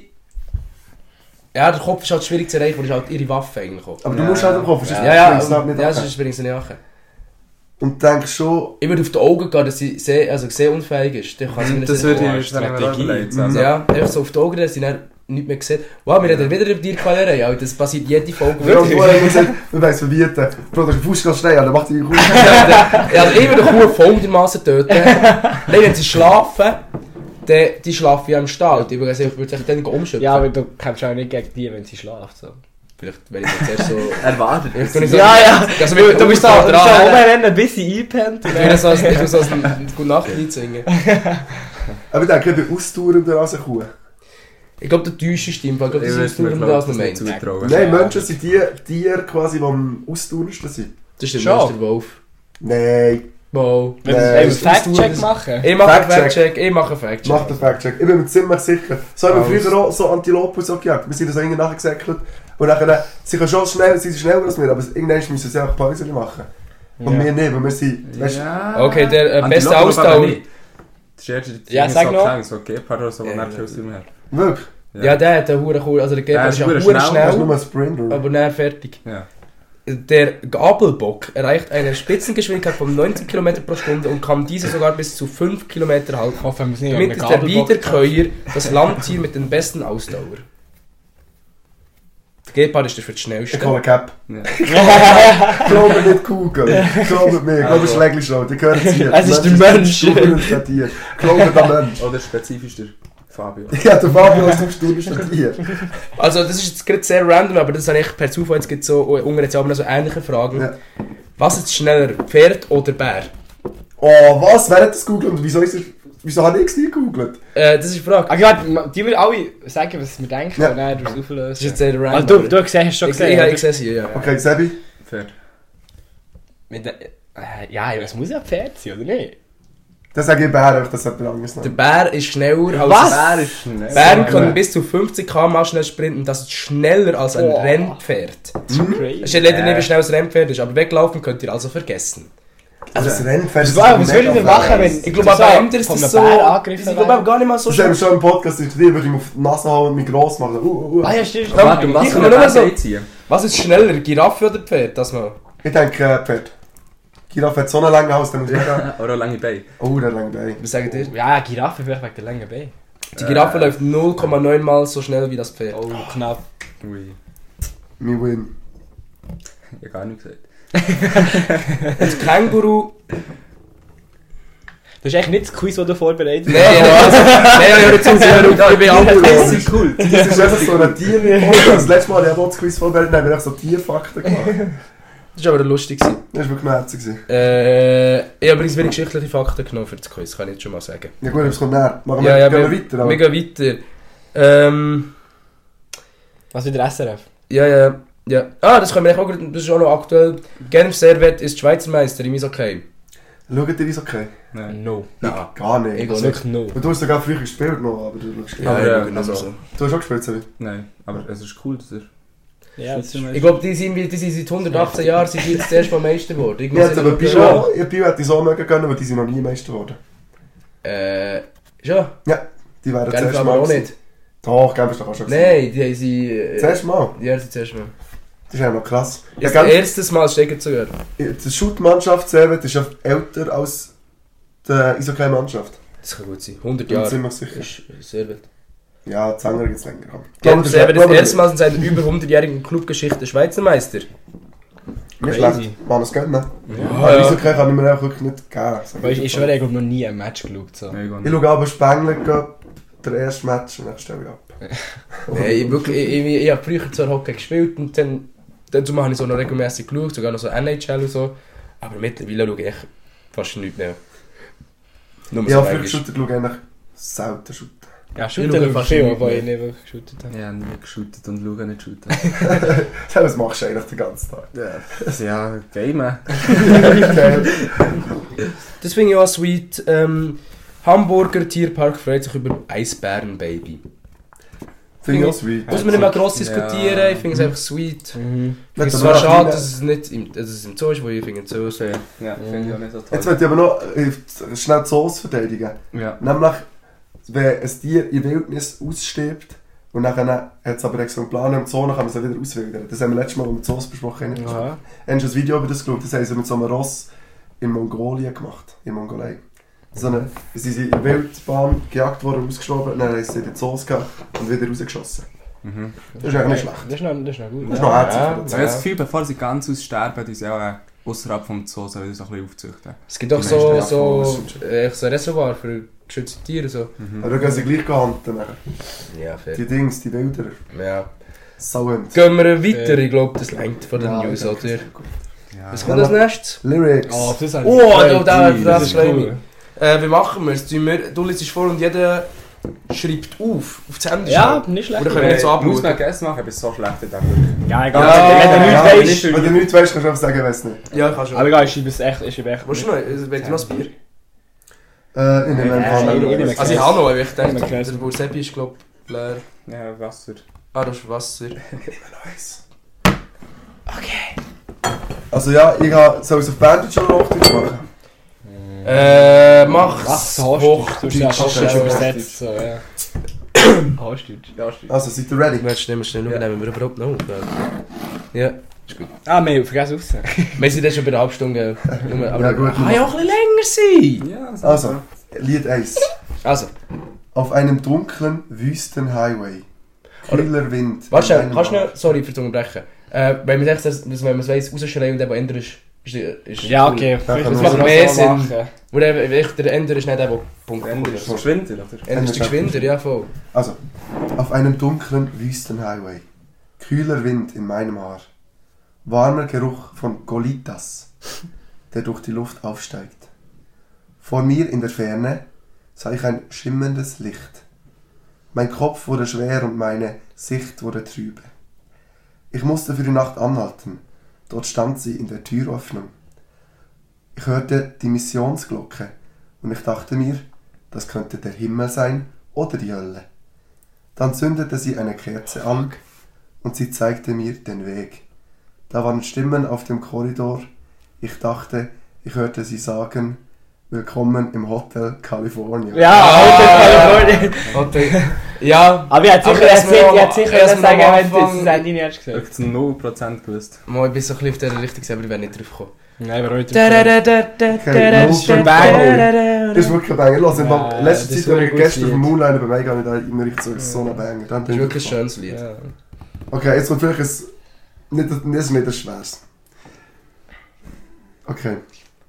Ja, der Kopf ist halt schwierig zu erreichen, weil es halt ihre Waffe eigentlich auch. Aber du musst halt im Kopf, sonst Ja, ja, bringst du es halt und, nicht ja, an. sonst bringst du nicht an. Und denkst schon, Ich würde auf die Augen gehen, dass sie sehr, also sehr unfähig ist. Dann kann sie mir Das nicht würde Oh, ich dann immer Strategie. überlegen. Mhm. Also, Ja, einfach so auf die Augen, dass sie dann nichts mehr sehen. Wow, wir reden wieder über Tierquälerei, Alter. Das passiert jede Folge. wir haben vorher gesagt, wir wollen es verbieten. Bro, du hast einen Fuß stehen, dann macht die Kuh. Ja, also ich würde eine Kuh folgendermaßen töten. Nein, wenn sie schlafen, dann die schlafen ja im Stall. Ich würde sich dann umschütteln. Ja, aber du kämpfst auch nicht gegen die, wenn sie schlaft. So. Vielleicht, wenn ich jetzt erst so... Erwartet. Ich tu nicht so Ja, ja. Also, Du, du bist da, du bist da dran. rumrennen, bis sie einpennt. Ich will so als, ich will so als ein gute Nacht-Lied singen. Aber ich denke, ich bin ausdauernder als eine Kuh. Ich glaube, der täuscheste im Fall. Ich glaube, das Ich ist würde mir ausdauernder, als man das nicht meint. zutrauen. Nein, Menschen sind die Tiere quasi, die am ausdauerndsten sind. Das ist der Schon. Meister Wolf. Nein, Wow. Wenn Nee, wir einen das Fact-Check machen. Ich mache einen Fact-check. Fact-Check. Ich mache einen Fact-Check. mach den Fact-Check. Ich bin mir ziemlich sicher. So haben wir Also. früher auch so Antilopen so gejagt. Wir sind da so irgendwie nachgesäckelt. Und dann, sie können schon schnell, sie sind schneller als wir, aber irgendwann müssen sie auch Pause machen. Und Ja. wir nicht, weil wir sind, weißt du, Ja. Okay, der äh, An beste die Logo aber Ausdauer. nicht. Das ist erst Ja, irgendwie sag so noch. Klang, so Gepard oder so, wo Ja, nicht ja. viel Sinn hat. wirklich. Ja, der hat einen Huren cool, also der Der Geber ist ist ja verdammt Huren schnell, Das ist schnell, nur ein Sprinter. aber dann fertig. Ja. Der Gabelbock erreicht eine Spitzengeschwindigkeit von neunzig Kilometer pro Stunde und kann diese sogar bis zu fünf Kilometer halten. Ich hoffe, wir müssen nicht Damit einen ist der Gabelbock Wiederkäuer das Landtier mit den besten Ausdauer. Der Gepard ist der für das Ich Schnellste. hole Cap. Ja. Glaube nicht Google. Glaube mir. Glaube Schlägli schon. Die gehören zu dir. Es ist der Mensch. Google und der Tier. Glaube der Mensch. Oder spezifisch der Fabio. Ja, der Fabio ist am Sturm ist der Tier. Also das ist jetzt gerade sehr random, aber das habe ich per Zufall jetzt gibt so unter jetzt aber noch so ähnliche Fragen. Ja. Was ist schneller, Pferd oder Bär? Oh, was? Wer hat das gegoogelt und wieso ist er... Wieso habe ich es nicht gegoogelt? Äh, das ist die Frage. Ah, warte, die will alle sagen, was wir denken, Ja. und dann du es Das auflösen. ist jetzt sehr random. Also, du, aber- du hast gesehen, hast schon ich, gesehen. ich, oder? ich sehe sie, ja. Okay, Sebi. Pferd. Mit der- äh, Ja, es muss ja ein Pferd sein, oder nicht? Das sage ich Bär, das hat anderes Der noch. Bär ist schneller als... Was? Bär ist schnell. Bären Ja. können bis zu fünfzig Kilometer pro Stunde schnell sprinten, das ist schneller als ein Boah. Rennpferd. So crazy. Es steht leider nicht, wie schnell ein Rennpferd ist, aber weglaufen könnt ihr also vergessen. Also das Rennfest Was, ist was mega würdet ihr machen, fast. wenn Ich glaube, bei ihm ist von das einem so... Bär Ich angegriffen glaube auch gar nicht mal so Das haben wir schlimm. schon im Podcast diskutiert, würde ich ihm auf die Nase hauen und mich gross machen. Uh, uh, uh. Ah ja, stimmt. Warte, um was Ich für kann eine nur Bär so- geht ziehen? Was ist schneller, Giraffe oder Pferd? Das mal. Ich denke, äh, Pferd. Giraffe hat so einen langen Hals, dann muss ich sagen, Oder lange Beine. oh, der lange Bein. Was sagt ihr? Ja, Giraffe vielleicht wegen der langen Beine. Die Giraffe läuft null Komma neun Mal so schnell wie das Pferd. Oh, knapp. Ui. Me win. Ich habe gar nicht gesagt. Und Känguru... Das ist echt nicht das Quiz, das du vorbereitet Nein, also, nein, hör jetzt auf, hör auf, ich bin Das abgeholt. ist cool. Das ist einfach so ein Tier. Das letzte Mal, ich habe das Quiz vorbereitet, haben wir einfach so Tierfakten gemacht. Das war aber lustig. gewesen. Das war wirklich herzig. Äh, ich habe übrigens wenig geschichtliche Fakten genommen für das Quiz, kann ich jetzt schon mal sagen. Ja gut, es kommt näher. Machen Ja, wir, ja, gehen wir wir, weiter. aber- wir gehen weiter. Ähm, Was wieder S R F? ja, ja, ja. Ah, das können wir auch, das ist auch noch aktuell. Genf Servet ist Schweizer Meister im Eishockey. Schaut ihr okay? Nein. No. Nein. Gar nicht. Ich Das auch ist nicht. wirklich no. Und du hast sogar früher gespielt noch, aber du schaust Ja, Aber, ja, ja, genau also- so. Du hast auch gespielt, Sebi? Nein, aber es ist cool, dass er... Ja, das ist Ich glaube, die sind, wie- die sind seit hundertachtzehn Jahren sind die jetzt das erste Mal Meister geworden. Irgendwie Ja, sind aber die- Bio, ja, Bio hätte ich so mögen können, weil die sind noch nie Meister geworden. Äh, ja, Die wären das Genf erste aber Mal. auch gewesen. nicht. Doch, Genf ist doch auch schon gewesen. Nein, die haben sie... Äh, Das erste Mal? Ja, das erste Mal. Das ist ja noch krass. Ja, Das Genf, erste Mal stecken sogar. die Shoot-Mannschaft Servet ist ja älter als die Eishockey-Mannschaft. Das kann gut sein. hundert Bin Jahre. ziemlich sicher. Ist sehr wild. Ja, die Sänger gibt es länger. Ich Genf das Servet ist- das erste Mal in seiner über hundertjährigen Clubgeschichte Schweizer Meister. Nicht Crazy. schlecht. Man es gönnen. Ja, Aber ja. Eishockey kann ich mir auch wirklich nicht geben. Weil ich, ich schwöre, ich habe noch nie ein Match geschaut. So. Nein, gar Ich nicht. schaue aber Spengler, der erste Match, und dann stelle ich ab. Nein, ich, wirklich, ich, ich, ich habe früher zwar Hockey gespielt und dann, dann habe ich so noch regelmäßig geschaut, sogar noch so N H L und so. Aber mittlerweile schaue ich echt fast nichts mehr. Nur Ich habe so früher Englisch. geshootet, schaue eigentlich selten shooten. Ja, Ich shooten schaue schaue fast viel, nicht aber mehr. ich nicht wirklich geshootet habe. Ich habe nie geshootet und schaue nicht shooten. Das machst du eigentlich den ganzen Tag. Ja, Game. Das finde ich auch sweet. Ähm, Hamburger Tierpark freut sich über Eisbärenbaby. Finde ich auch sweet. Muss man nicht mal gross Ja. diskutieren, ich finde es einfach sweet. Mhm. Ich finde es Jetzt zwar aber schade, noch dass es nicht im, dass es im Zoo ist, wo ich finde, Zoo ist. Ja, finde ich auch nicht so toll. Jetzt möchte ich aber noch äh, schnell die Zoos verteidigen. Ja. Nämlich, wenn ein Tier in Wildnis ausstirbt und dann hat es aber extra einen Plan im Zoo, dann kann man es wieder auswildern. Das haben wir letztes Mal, als wir die Zoos besprochen haben. Aha. Haben schon ein Video über das geschaut, das haben sie mit so einem Ross in Mongolien gemacht, in Mongolei. So eine, sie sind in der Wildbahn gejagt worden, ausgeschoben, und dann haben sie in die Zoos gehabt und wieder rausgeschossen. Mhm. Das ist eigentlich nicht schlecht. Das ist noch, das ist noch gut. Das ist noch herzig Ja. für den Ich Zoo. habe das Gefühl, bevor sie ganz aussterben, die sie auch äh, außerhalb vom Zoo so wieder so ein bisschen aufzüchten. Es gibt auch Die so, meisten so, Japan- äh, so Reservoir für geschützte Tiere. So. Aber da gehen sie gleich gehandelt. Ja, fair. Die Dings, die Wilderer. Ja. Sauend. Gehen wir weiter, ich glaube, das längt von den News, ich oder? denke, das ist gut. Ja. Was kommt als nächstes? Lyrics. Oh, das habe Oh, da, da, das, das ist freue ich cool. mich. Äh, wie machen wir es? Tun wir- Du liest vor und jeder schreibt auf, auf das Handy. Ja, schnell. nicht schlecht. Oder können wir jetzt so Muss abschauen? man Guess machen, aber es ist so schlecht in dem Ja, egal. Ja, wenn du ja, nichts Wenn weißt. du nichts weißt, kannst du einfach sagen, ich weiß nicht. Ja, kannst du. Aber egal, ich schreibe es echt. Ich schreibe echt. Willst du noch? Also, Wollt ihr noch ein Bier? Äh, ich nehme Ja, einfach ich- ich mal. nehme Also ich habe noch, aber ich Ja, denke, man kennt der Bursebi ist glaube ich leer. Ja, Wasser. Ah, du hast Wasser. Nice. Also ja, ich habe, soll ich es auf Bandage oder Hochdeutsch machen? Äh, mach's Was? Hochdeutsch? Du hast Hochdeutsch. Hochdeutsch übersetzt, so, ja. Hochdeutsch. Ja, Hochdeutsch. Also, seid ihr ready? Jetzt schnell, schnell schauen, Ja. nehmen wir überhaupt noch auf. Ja. Ah, wir haben vergessen raus. Wir sind dann schon bei der halben Stunde. Nur- Aber Ja, gut. kann ja auch ein bisschen länger sein. Ja, so. Also, Lied eins. Also, Auf einem dunklen, wüsten Highway. Kühler Wind. warte in schnell, einem kannst du Haar. noch, sorry für das Unterbrechen. Äh, wenn man das, wenn man es weiss, rausschreien und der, der Ender ist, ist, ist Ja, cool. okay. kann Das man macht so mehr machen. Sinn. Wo der, der Ender ist nicht der, der Punkt Ende ist kommt. verschwindet, oder? Ender ist der Geschwinder, ja voll. Also, auf einem dunklen, wüsten Highway. Kühler Wind in meinem Haar. Warmer Geruch von Golitas, der durch die Luft aufsteigt. Vor mir in der Ferne sah ich ein schimmerndes Licht. Mein Kopf wurde schwer und meine Sicht wurde trübe. Ich musste für die Nacht anhalten. Dort stand sie in der Türöffnung. Ich hörte die Missionsglocke und ich dachte mir, das könnte der Himmel sein oder die Hölle. Dann zündete sie eine Kerze an und sie zeigte mir den Weg. Da waren Stimmen auf dem Korridor. Ich dachte, ich hörte sie sagen, willkommen im Hotel California. Ja, Hotel California. Okay. Ja, Aber ich hätte Aber sicher, erst mal erzählt, am- ich hätte sicher erst können mal am sagen, wenn du Anfang- das Handy nicht hättest Ich gesagt. habe jetzt null Prozent gewusst. mal, ich bin so ein bisschen auf dieser Richtung, aber ich wäre nicht drauf gekommen. Nein, aber heute. Okay, ist ein Banger. Das ist wirklich ein Banger. Los, in Ja, der letzten das ist Zeit, wenn ich wirklich gestern gut auf dem Moonliner bei mir gehe, da immer richtig so, so ein Banger. Dann Das bin ist ich wirklich ein drauf. schönes Lied. Ja. Okay, jetzt kommt vielleicht ein... Nicht, das ist nicht ein schweres. Okay.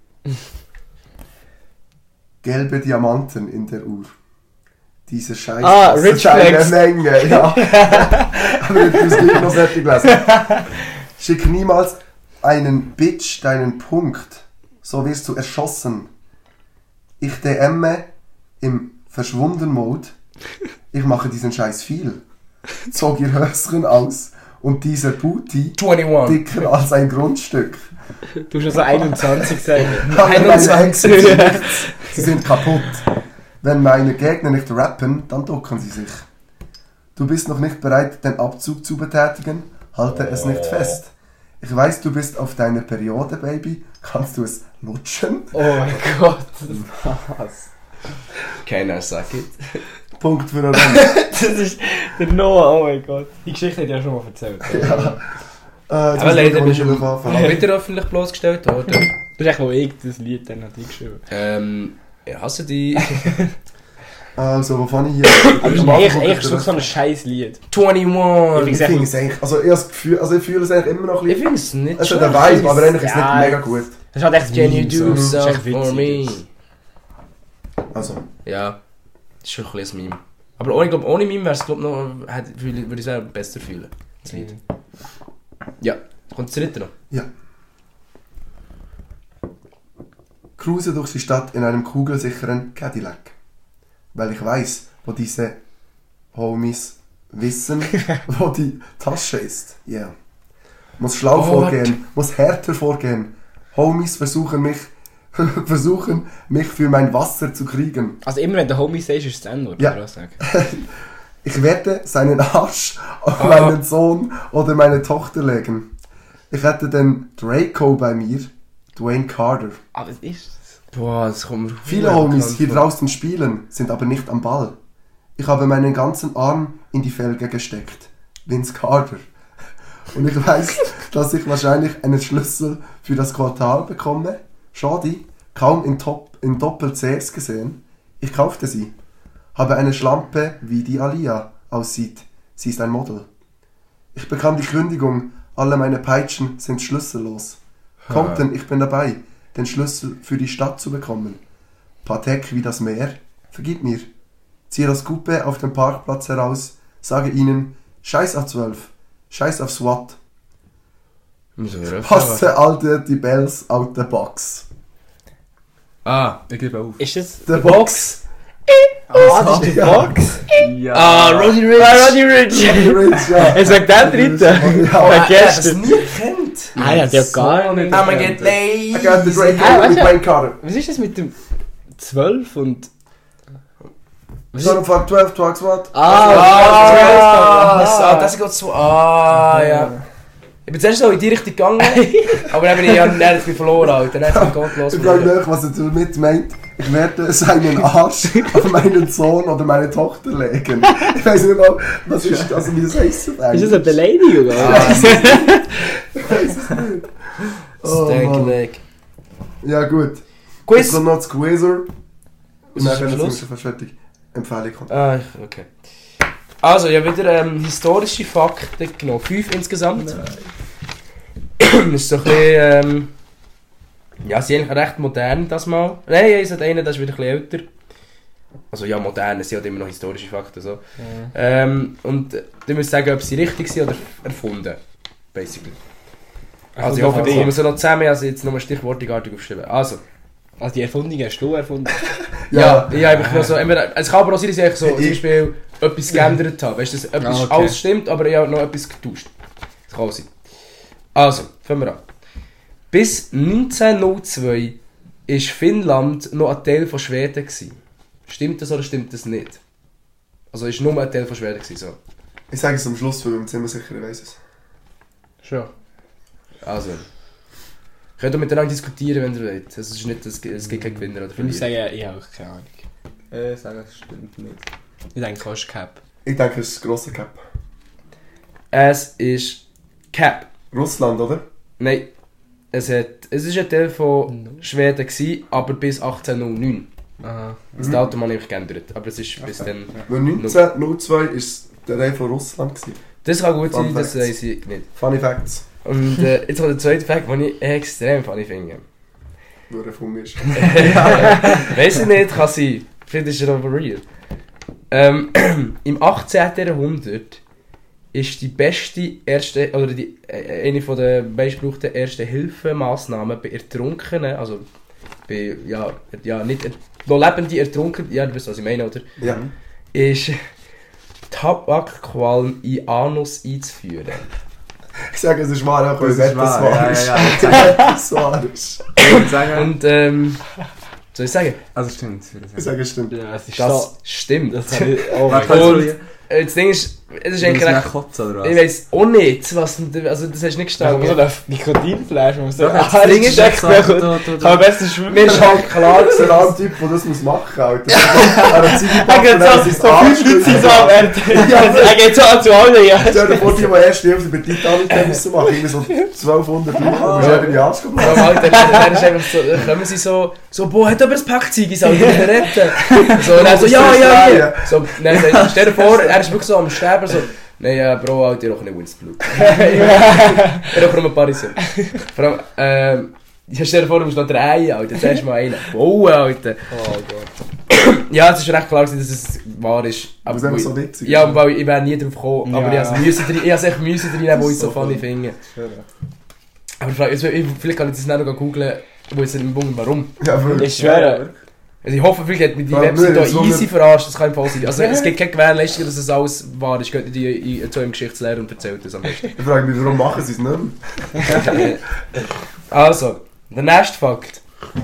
Gelbe Diamanten in der Uhr. Diese Scheiße. Ah, das Rich ist eine Flex. Menge, ja. Aber ich muss gleich noch fertig lesen. Schick niemals einen Bitch deinen Punkt, so wirst du erschossen. Ich D M im Verschwunden-Mode. Ich mache diesen Scheiß viel. Zog ihr Höschen aus und dieser Booty einundzwanzig. dicker als ein Grundstück. Du hast schon so einundzwanzig gesagt. einundzwanzig. Meine Exen sind nichts, sie sind kaputt. Wenn meine Gegner nicht rappen, dann ducken sie sich. Du bist noch nicht bereit, den Abzug zu betätigen? Halte es nicht fest. Ich weiß, du bist auf deiner Periode, Baby. Kannst du es lutschen? Oh mein Gott. Was? Keiner sagt it. Punkt für einen. Das ist der Noah, oh mein Gott. Die Geschichte hat ja schon mal erzählt. Ja. Äh, jetzt Aber muss ich leider noch bist du nicht anfangen. mal wieder öffentlich bloßgestellt worden. Das ist echt, wo ich das Lied dann hat eingeschrieben. Ähm, ich hasse die. Also, wo fange ich hier? Aber es ist Am Anfang eigentlich, kommt eigentlich der- so ein scheiß Lied. einundzwanzig. Ich finde es eigentlich, also ich habe das Gefühl, also ich fühle es eigentlich immer noch ein Ich bisschen. finde es nicht Es ist ein Vibe, aber eigentlich ist es nicht Ja, mega gut. Das ist halt echt Can you Meme, so. do Das ist echt something for me? witzig. Also, Ja, das ist schon ein bisschen ein Meme. Aber ohne, glaub, ohne Meme wäre es, glaube noch, hätte- fühle- würde ich es selber besser fühlen. Das Lied. Ja, kommt das dritte noch. ja. Cruise durch die Stadt in einem kugelsicheren Cadillac. Weil ich weiß, wo diese Homies wissen, wo die Tasche ist. Ja. Yeah. Muss schlau Oh, vorgehen, muss härter vorgehen. Homies versuchen mich, versuchen mich für mein Wasser zu kriegen. Also immer wenn der Homie sagst, ist es das N-Wort, Ja. oder was sagen? Ich werde seinen Arsch auf Ah. meinen Sohn oder meine Tochter legen. Ich hätte den Draco bei mir, Dwayne Carter. Aber was ist das? Boah, das kommt mir Viele verdammt Homies bekannt hier vor. draußen spielen, sind aber nicht am Ball. Ich habe meinen ganzen Arm in die Felge gesteckt. Vince Carter. Und ich weiß, dass ich wahrscheinlich einen Schlüssel für das Quartal bekomme. Schade, kaum in, Top, in Doppel-Cs gesehen. Ich kaufte sie. Habe eine Schlampe, wie die Alia aussieht. Sie ist ein Model. Ich bekam die Kündigung, alle meine Peitschen sind schlüssellos. Kommt denn, ich bin dabei, den Schlüssel für die Stadt zu bekommen. Patek wie das Meer, vergib mir. Ziehe das Coupé auf dem Parkplatz heraus, sage ihnen, scheiß auf zwölf, scheiß auf SWAT. Muss ich hören. Passe alte die Bells out the box. Ah, Ich gebe auf. Ist das The Box. Ah, das ist die Ja. Box? Ja. ah Roddy Rich. Ah, Roddy Rich! Rich, ja. Er sagt den dritten. Ja. Oh, Ja, er hat das gestern. nie kennt. Ah, ja, der hat gar nicht. I'ma get lazy. I got the Draco Ah, weißt with du- Dwayne Carter. Was ist das mit dem zwölf und... Son of Fuck zwölf, Twags what? Ah, Ah, ah, ah, das geht so. Ah, ja. Ich bin zuerst so in die Richtung gegangen, aber dann bin ich ja dann mich verloren, Alter. Dann hat es mich los. Ich frage mich, was er damit meint. Ich werde seinen Arsch auf meinen Sohn oder meine Tochter legen. Ich weiß nicht mal, was ist das, wie das heisst. Ist das eine Beleidigung, oder? Ah, Ich weiß es nicht. Oh, Mann. Steak. Ja gut. Quiz. Jetzt kommt noch das Quizzer. Und Was dann ist können am wir Schluss? schon fast fertig. Empfehlung kommt. Ah, okay. Also, ich habe wieder ähm, historische Fakten genommen. Fünf insgesamt. Das ist so ein bisschen, ähm, ja, sie sind eigentlich recht modern das mal. Nein, ich habe einen, das ist wieder ein bisschen älter. Also ja, modern, es sind halt immer noch historische Fakten. So. Ja. Ähm, und äh, du musst sagen, ob sie richtig sind oder erfunden. Basically. Also ich hoffe, die kommen so noch zusammen, also jetzt nochmal stichwortartig aufschreiben. Also. Also die Erfundung hast du erfunden? Ja, ja, einfach nur so, entweder, es kann aber auch sein, dass ich so, zum Beispiel etwas geändert habe. Weißt du, dass etwas Ah, okay. alles stimmt, aber ich habe noch etwas getauscht. Das kann auch sein. Also, fangen wir an. Bis neunzehnhundertzwei war Finnland noch ein Teil von Schweden gewesen. Stimmt das oder stimmt das nicht? Also ist nur ein Teil von Schweden gewesen, so. Ich sage es am Schluss, weil ich bin ziemlich sicher, ich weiss es. Schon. Also. Könnt ihr miteinander diskutieren, wenn ihr wollt. Es ist nicht, es gibt es gibt keinen Gewinner oder Ich Verlierer. sage, ich habe keine Ahnung. Ich sage, das stimmt nicht. Ich denke, du hast Cap. Ich denke, es ist ein grosser Cap. Es ist Cap. Russland, oder? Nein. Es, hat, es ist ein Teil von Schweden gewesen, aber bis achtzehnhundertneun. Aha. Das Datum habe ich geändert, aber es ist bis dann... Weil neunzehnhundertzwei war der Teil von Russland gewesen. Das kann gut Fun sein, das Facts. weiß ich nicht. Funny Facts. Und äh, jetzt kommt der zweite Fakt, den ich extrem funny finde. Wo er von mir ist. Weiss ich nicht, kann sein. Vielleicht ist er aber real. Ähm, im achtzehnten Jahrhundert ist die beste erste, oder die, äh, eine von der meistgebrauchten Erste-Hilfe-Massnahmen bei Ertrunkenen, also bei, ja, ja nicht, er, noch lebende Ertrunkene, ja, du weißt, was ich meine, oder? Ja. Ist Tabakqualm in Anus einzuführen. Ich sage, es ist wahr, auch weil Das es ist etwas wahr, wahr ja, ist. ja, ja. Etwas wahr ist. Ich würde sagen... Und, ähm, soll ich sagen? Also stimmt, ich würde Ich sagen. sage, es stimmt. Ja, es ist Das so... stimmt. Das habe ich auch... Warte, Und- kannst du- Äh, Das Ding ist, es ist Will eigentlich es recht... nicht kotzen, oder was? Ich weiss auch nicht, was... Also das hast du nicht Ich habe so gestanden. eine Nikotinflasche, man so... Doch, jetzt Ah, das Ding ist echt so, mehr du- gut. du- du- Kann man besser schwimmen. Mir ist halt klar Der gewesen, andere Typ, der das muss machen muss, Alter. Er hat Ziege Er gepackt geht und er so, ist so fünf Leute sind so am Ende. Er geht so an zu allen, ja. Stell dir vor, die, die erste Hälfte bei Titanic müssen machen, irgendwie so zwölfhundert Leute, da musst du eben in die Arsch Ja, geblasen. Alter, dann ist einfach so, dann kommen sie so, so, boah, hat aber ein Packzeug, ich soll ihn retten. So, und er so, ja, ja, ja. So, dann, dann, stell dir vor, er ist wirklich so am Sterben, so, nein, ja, Bro, Alter, ich roch nicht ins Blut. Ich roch nur ein paar Paris. Vor allem, ähm, ja, stell dir vor, du musst noch drei, Alter, zuerst mal einen. Wow, Alter. Oh Gott. Ja, es ist recht klar gewesen, dass es wahr ist. Aber es ist einfach so witzig. Ja, weil ich wäre nie drauf gekommen, aber Ja. ich habe es drin, ich habe es echt müssen drin, wo Das ich ist so so funny cool. finde. Aber vielleicht, jetzt- ich- vielleicht kann ich das nicht noch googlen, wo ist denn Punkt, warum. Ja, wirklich. Ich schwöre. Also ich hoffe, vielleicht hat mich die Ja, Website nur, hier so easy eine- verarscht, das kann im Fall sein. Also es gibt keine Gewährleistung, dass es alles wahr ist. Geht in die in, zu einem Geschichtslehrer und erzählt das am besten. Ich frage mich, warum machen sie es nicht mehr? Also, der nächste Fakt.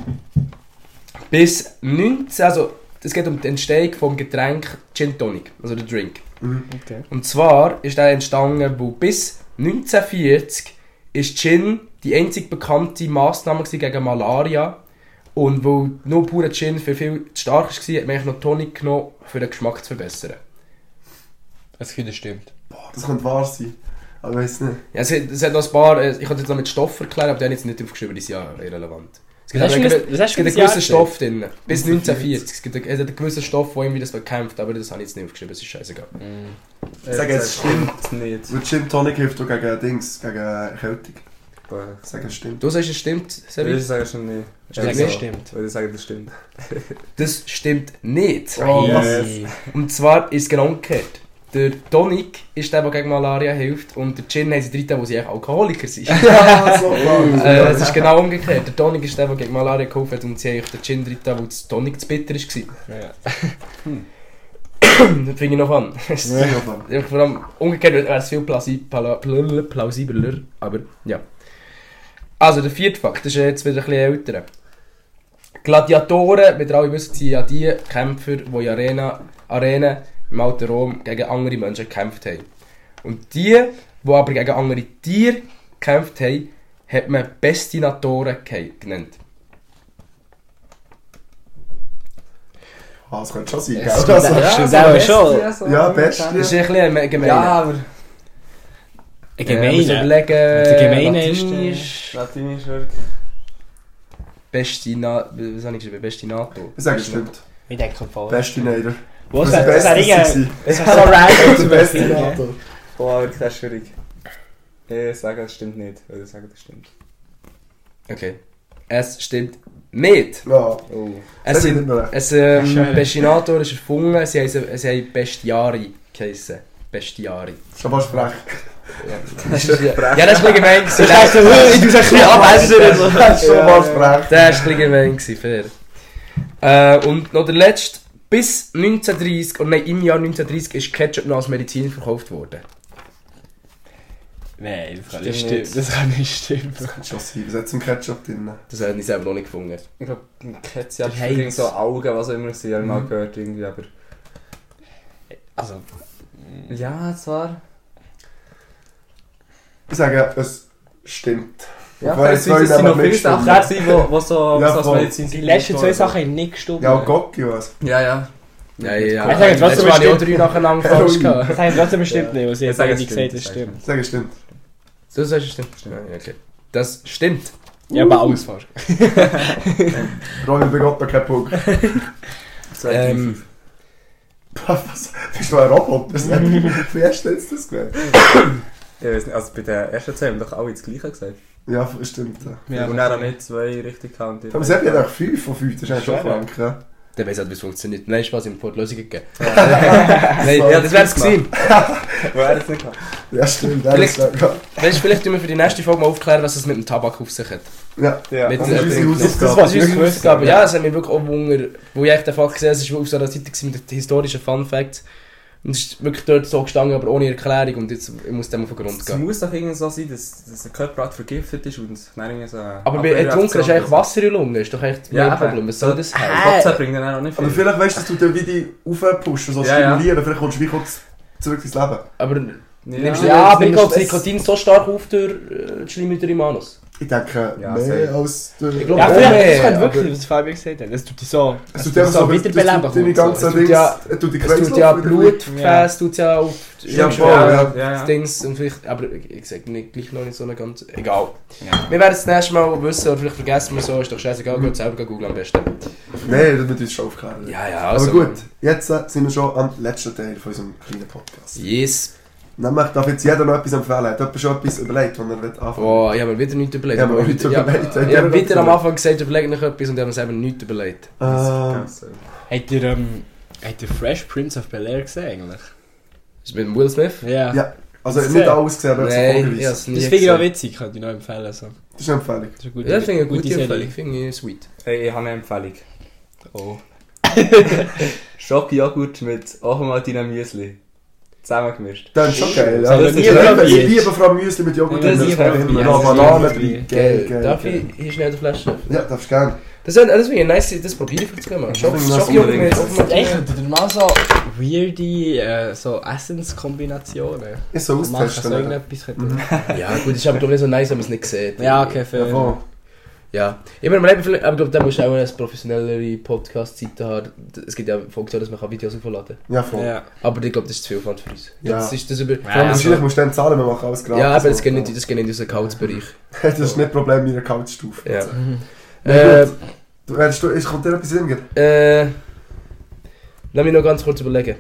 Bis neunzehn, also es geht um die Entstehung vom Getränk Gin Tonic, also der Drink. Okay. Und zwar ist der entstanden, wo bis neunzehnhundertvierzig ist Gin die einzig bekannte Massnahme gewesen gegen Malaria. Und weil nur purer Gin für viel zu stark war, hat man eigentlich noch Tonic genommen, für den Geschmack zu verbessern. Das Gefühl, das stimmt. Boah, das könnte wahr sein. Aber ich weiß nicht. Ja, es, hat, es hat noch ein paar, äh, ich könnte jetzt noch mit Stoff erklären, aber die haben jetzt nicht draufgeschrieben, die sind ja irrelevant. Es gibt, Was hast aber du einen- für- was hast es du gibt für einen ein gewissen Jahr Stoff drin. Bis neunzehnhundertvierzig. Es gibt einen, es hat einen gewissen Stoff, der irgendwie das bekämpft, aber das habe ich jetzt nicht aufgeschrieben, das ist scheißegal. Ich sage, es stimmt. nicht. Weil Gin Tonic hilft auch gegen Dings, gegen Erkältung. Ich sage, es stimmt. Du sagst, es stimmt, Ich Sevi? sage schon nicht. Ich sage, nicht. das stimmt. Weil ich sage, das stimmt. Das stimmt nicht. Oh, was? Yes. Und zwar ist es genau umgekehrt. Der Tonic ist der, der gegen Malaria hilft und der Gin haben sie drin, wo sie eigentlich Alkoholiker sind. Ja, so klar. Äh, es ist genau umgekehrt. Der Tonic ist der, der gegen Malaria geholfen hat und sie haben den Gin drin, wo das Tonic zu bitter war. Ja. Das finde ich noch fun. Ja. Ja, vor allem umgekehrt wäre es viel plausi- pla- pl- plausibler, aber ja. Also der vierte Fakt, das ist jetzt wieder ein bisschen älter. Gladiatoren, wie ihr alle wisst, sind ja die Kämpfer, die in Arena, Arenen im alten Rom gegen andere Menschen gekämpft haben. Und die, die aber gegen andere Tiere gekämpft haben, hat man Pestinatoren genannt. Ah, das könnte schon sein, gell? Es Also, stimmt, Das Ja, stimmt so auch Bestie, schon. so. Ja, Bestie. Das ist ein bisschen gemein. Ja, aber... Ein Äh, muss Gemeiner. überlegen, Der Gemeine ist, Latinisch, Latinisch wirklich. Bestina... Was habe ich geschrieben? Bestinator. ich sage, es stimmt. Ich denke voll. Bestinator. Was Das das war wäre das ich Beste. Das war so random zu Bestinator. Boah, wirklich, das ist schwierig. Ich sage, das stimmt nicht. Oder ich sage, das stimmt. Okay. Es stimmt nicht. Ja, Oh. Es das ist nicht sind... mehr recht. Es, ähm, Schön. Bestinator ist erfunden, sie haben, sie haben Bestiari geheissen. Bestiari. Schon fast frech. Das ist, ja, ja, das war ein bisschen gemein. gewesen. Das heisst, ich tue es ein bisschen abwässern. Das ist schon fast frech. Das war ein bisschen gemein, gewesen, fair. Äh, und noch der letzte. Bis neunzehnhundertdreißig, oder nein, im Jahr neunzehnhundertdreißig ist Ketchup noch als Medizin verkauft worden. Nein, das kann Stimmt nicht stimmen. nicht. Das kann nicht stimmen. Das könnte schon sein. Was hat zum Ketchup drin? Das habe ich selber noch nicht gefunden. Ich glaube, Ketchup, Der irgend Heinz. so Augen, was auch immer es war, habe ich mal gehört irgendwie, aber... Also, Ja, zwar... Ich sage, es stimmt. Ja, Obwohl, es zwei sind nehmen noch wir viele nicht Sachen stimmen. gewesen, wo, wo so Ja, was als voll. Medizin die letzten zwei Sachen haben nicht gestimmt. Ja, und Gocki was? Ja, ja. Ja, ja, ja. Ich sage trotzdem, Jetzt habe ich auch es drei nacheinander falsch gehabt. Das haben wir trotzdem bestimmt nicht, was ich Ich jetzt sage, nicht es gesagt habe, stimmt. das stimmt. Ich sage, es stimmt. So sagst du, stimmt. Ja, okay. Das stimmt. Ja, aber alles falsch. Romy bekommt noch keinen Punkt. Ähm, Was? Bist du ein Roboter? Wie hast du jetzt das gewählt? Ich weiß nicht, also bei den ersten zwei haben wir doch alle das Gleiche gesagt. Ja, stimmt. Ja. Ja, und dann auch nicht zwei richtig counted. Aber Sepp hat auch fünf von fünf, das ist eigentlich schon Schön, ja. krank. Ja. der weiss halt, wie es funktioniert. Nein, Spaß, ich habe vorher die Lösung gegeben. Nein, So, ja, das wäre es gewesen. Wer das nicht gehabt? Ja, stimmt. Ja, Vielleicht- das ja. Weißt du, vielleicht tun wir für die nächste Folge mal aufklären, was es mit dem Tabak auf sich hat. Ja. Ja. Mit, Das äh, ist unsere das- Hausaufgabe. das- Das ist unsere gewusst, Hausaufgabe. ja. Ja, das hat mich wirklich auch Wunder, wo ich echt einfach gesehen habe, es war auf so einer Seite gewesen mit den historischen Fun Facts. Und es ist wirklich dort so gestanden, aber ohne Erklärung. Und jetzt ich muss dem auf den Grund Es gehen. muss doch irgendwie so sein, dass, dass der Körper halt vergiftet ist und dann irgendwie so... eine Aber bei Ertrunken ist eigentlich Wasser in der Lunge, ist doch echt Ja, mein aber- Problem. Was soll das heißen? Trotzdem bringt dann auch nicht viel. Aber vielleicht weißt du, dass du dann wie die aufpushen, so Ja, ja. stimulieren, vielleicht kommst du wie kurz zurück ins Leben. Aber ja. nimmst du Ja, ja, aber aber ich glaub, das es- Nikotin so stark auf durch äh, die Schleimhäute im Anus? Ich denke, Ja, mehr safe. als der... Ich glaub, Ja, auch vielleicht, mehr, das könnte aber- wirklich, was Fabian gesagt hat. Das tut dich so... Es Es tut tut einfach so so, wiederbeleben. das tut deine kommt so. ganzen Es tut Dings, ja- es tut die Es tut Kreislauf ja wieder Blutgefäß, tut ja auf die Ja, Schleimhäute, voll, ja. Ja, das ja. Dings und vielleicht, aber ich sag nicht, gleich noch nicht so eine ganz... Egal. Ja. Wir werden es das nächste Mal wissen, oder vielleicht vergessen wir so, ist doch scheißegal, geht selber googeln am besten. Nein, das wird uns schon aufklären. Ja, ja, also... Aber gut, jetzt äh, sind wir schon am letzten Teil von unserem kleinen Podcast. Yes. Nämlich darf jetzt jeder noch etwas empfehlen. Hat jemand schon etwas überlegt, was er will anfangen Oh, ich habe mir wieder nichts überlegt. Ich habe mir Aber nichts heute- überlegt. Ich habe- ich habe wieder am Anfang gesagt, überleg noch etwas und ich habe mir selber nichts überlegt. Ähm, Habt ihr, ähm... Habt ihr Fresh Prince of Bel-Air gesehen eigentlich? Ist es mit dem Will Smith? Ja. ja, also Hast du nicht gesehen? alles gesehen, aber so Nein, ich habe vorgewiesen. es nie Das finde ich auch gesehen. witzig, könnte ich noch empfehlen. So. Das ist eine Empfehlung. Das ist eine gute, Ja, finde ich eine gute Serie. Empfehlung, finde ich sweet. Hey, ich habe eine Empfehlung. Oh. Schokojoghurt mit Ochomaltiner Müsli. Zusammengemischt. Das ist schon geil. Das Ja. habe Das ich ist nie ich probiert. liebe vor allem Müsli mit Joghurt. Ja, drin. das Das liebe ist ich. immer Ja, noch das Bananen liebe ich. drin. Geil, geil, Darf geil. ich hier schnell die Flasche? Ja, darfst du gerne. Das, ist- das finde ich nice, das probiere ich vielleicht sogar mal. Schock- finde das Schockjoghurt unbedingt. mit Echt, Ofen- habt ihr mal so weirde äh, so Essenskombinationen? Ist so Machen so austesten. Ja, irgendetwas? Mhm. Ja gut, das ist aber doch nicht so nice, wenn man es nicht sieht. Ja, okay, fair. voll. Ja. Ich meine, aber ich glaube, da musst du auch eine professionellere Podcast-Seite haben. Es gibt ja Folgen, dass man Videos aufladen kann. Ja, voll. Ja. Aber ich glaube, das ist zu viel Aufwand für uns. Ja. Das ist das über... Vor allem, Ja, wahrscheinlich musst du dann zahlen, wir machen alles gratis. Ja, aber das geht nicht, das geht nicht in unseren Couchbereich. Das ist nicht das Problem meiner Couchstufe. Ja. Na Äh, gut. Du, hast du, ist, kommt dir etwas in den Sinn? äh, lass mich noch ganz kurz überlegen.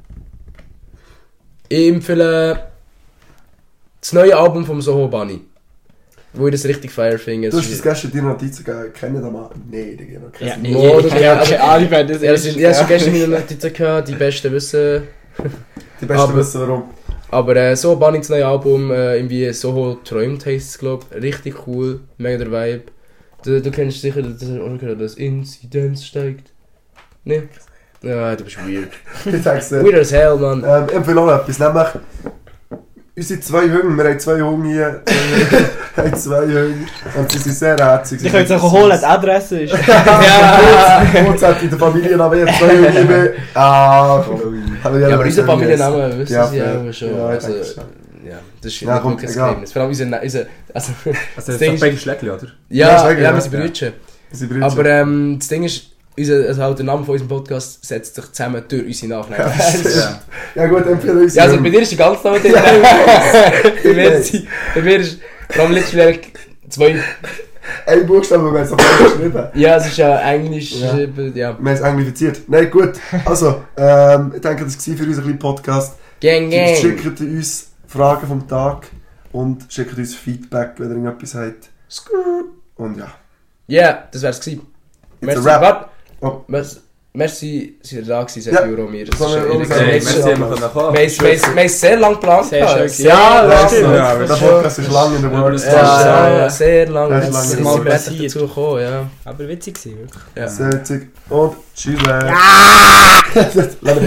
Ich empfehle das neue Album vom Soho Bunny. Wo ich das richtig feier finde. Du hast das gestern in deiner Notizen gegeben. Kennen das mal? Nein, Digga, noch Ja, kennen. nee, Oh, ich das- kann ja keine Ahnung, wer das Ja, das ist. sind, ja, das hast du gestern in meiner Notizen gehört, die Besten wissen. Die Besten aber- wissen warum. Aber äh, Soho Bunny, das neue Album, äh, irgendwie Soho träumt heisst es, glaube ich. Richtig cool, mega der Vibe. Du, du kennst sicher, das hast du auch noch gehört, dass Inzidenz steigt. Ne? Ja, du bist weird. Ich sag's dir. Weird as hell, man. Ähm, ich empfehle noch etwas, nämlich unsere zwei Hunde, wir haben zwei Hunde hier, wir haben zwei Hunde und sie sind sehr herzig. Ich könnte es auch holen, die Adresse ist... Ja, kurz hat in der Familienname jetzt zwei Hunde mehr. Ah, komm. Ja, aber unser Familienname wissen Ja, sie ja, auch schon. ja, ich Also, denke schon. ja, das ist Ja, nicht komm, wirklich ein egal. Geheimnis. Vor allem unser... unser also, Also, das das Ding sind ist, beide Schlägli, oder? ja, Ja, ja, sagen, wir ja. sind Brüder. Sie brüllen Aber schon. ähm, das Ding ist, unser, also halt der Name von unserem Podcast setzt sich zusammen durch unsere Nachnamen. Ja. Ja gut, empfehle uns. Ja, also bei dir ist der ganze Name drin. Bei mir ist, bei mir ist vor allem letztlich zwei... Ein Buchstabe, wir haben es noch falsch geschrieben. Ja, es ist ja Englisch, Ja. ja. ja. Wir haben es anglifiziert. Nein, gut. Also, ähm, ich denke, das war für unseren kleinen Podcast. Gang, gang. Schickt uns Fragen vom Tag und schickt uns Feedback, wenn ihr irgendetwas habt. Und ja. Ja, yeah, das wär's gewesen. It's Merci, a wrap. warte. Oh. Merci, merci, seid ihr da gewesen, sagt Ja. Juro mir. Das Das ist haben wir ja auch gesagt. Hey, ehrlich merci, gesagt. dass wir kommen. Wir haben- wir haben wir haben es sehr lange geplant. Sehr gehabt. schön. Sehr Ja, lang. das stimmt. Ja, Der das Podcast ist lange in der Works. Ja, Ja, ja. sehr lang. Das ist Jetzt lange sind geworden. wir endlich dazu gekommen, ja. Aber witzig gewesen, wirklich. ja. Sehr witzig. Und tschüss. Ja!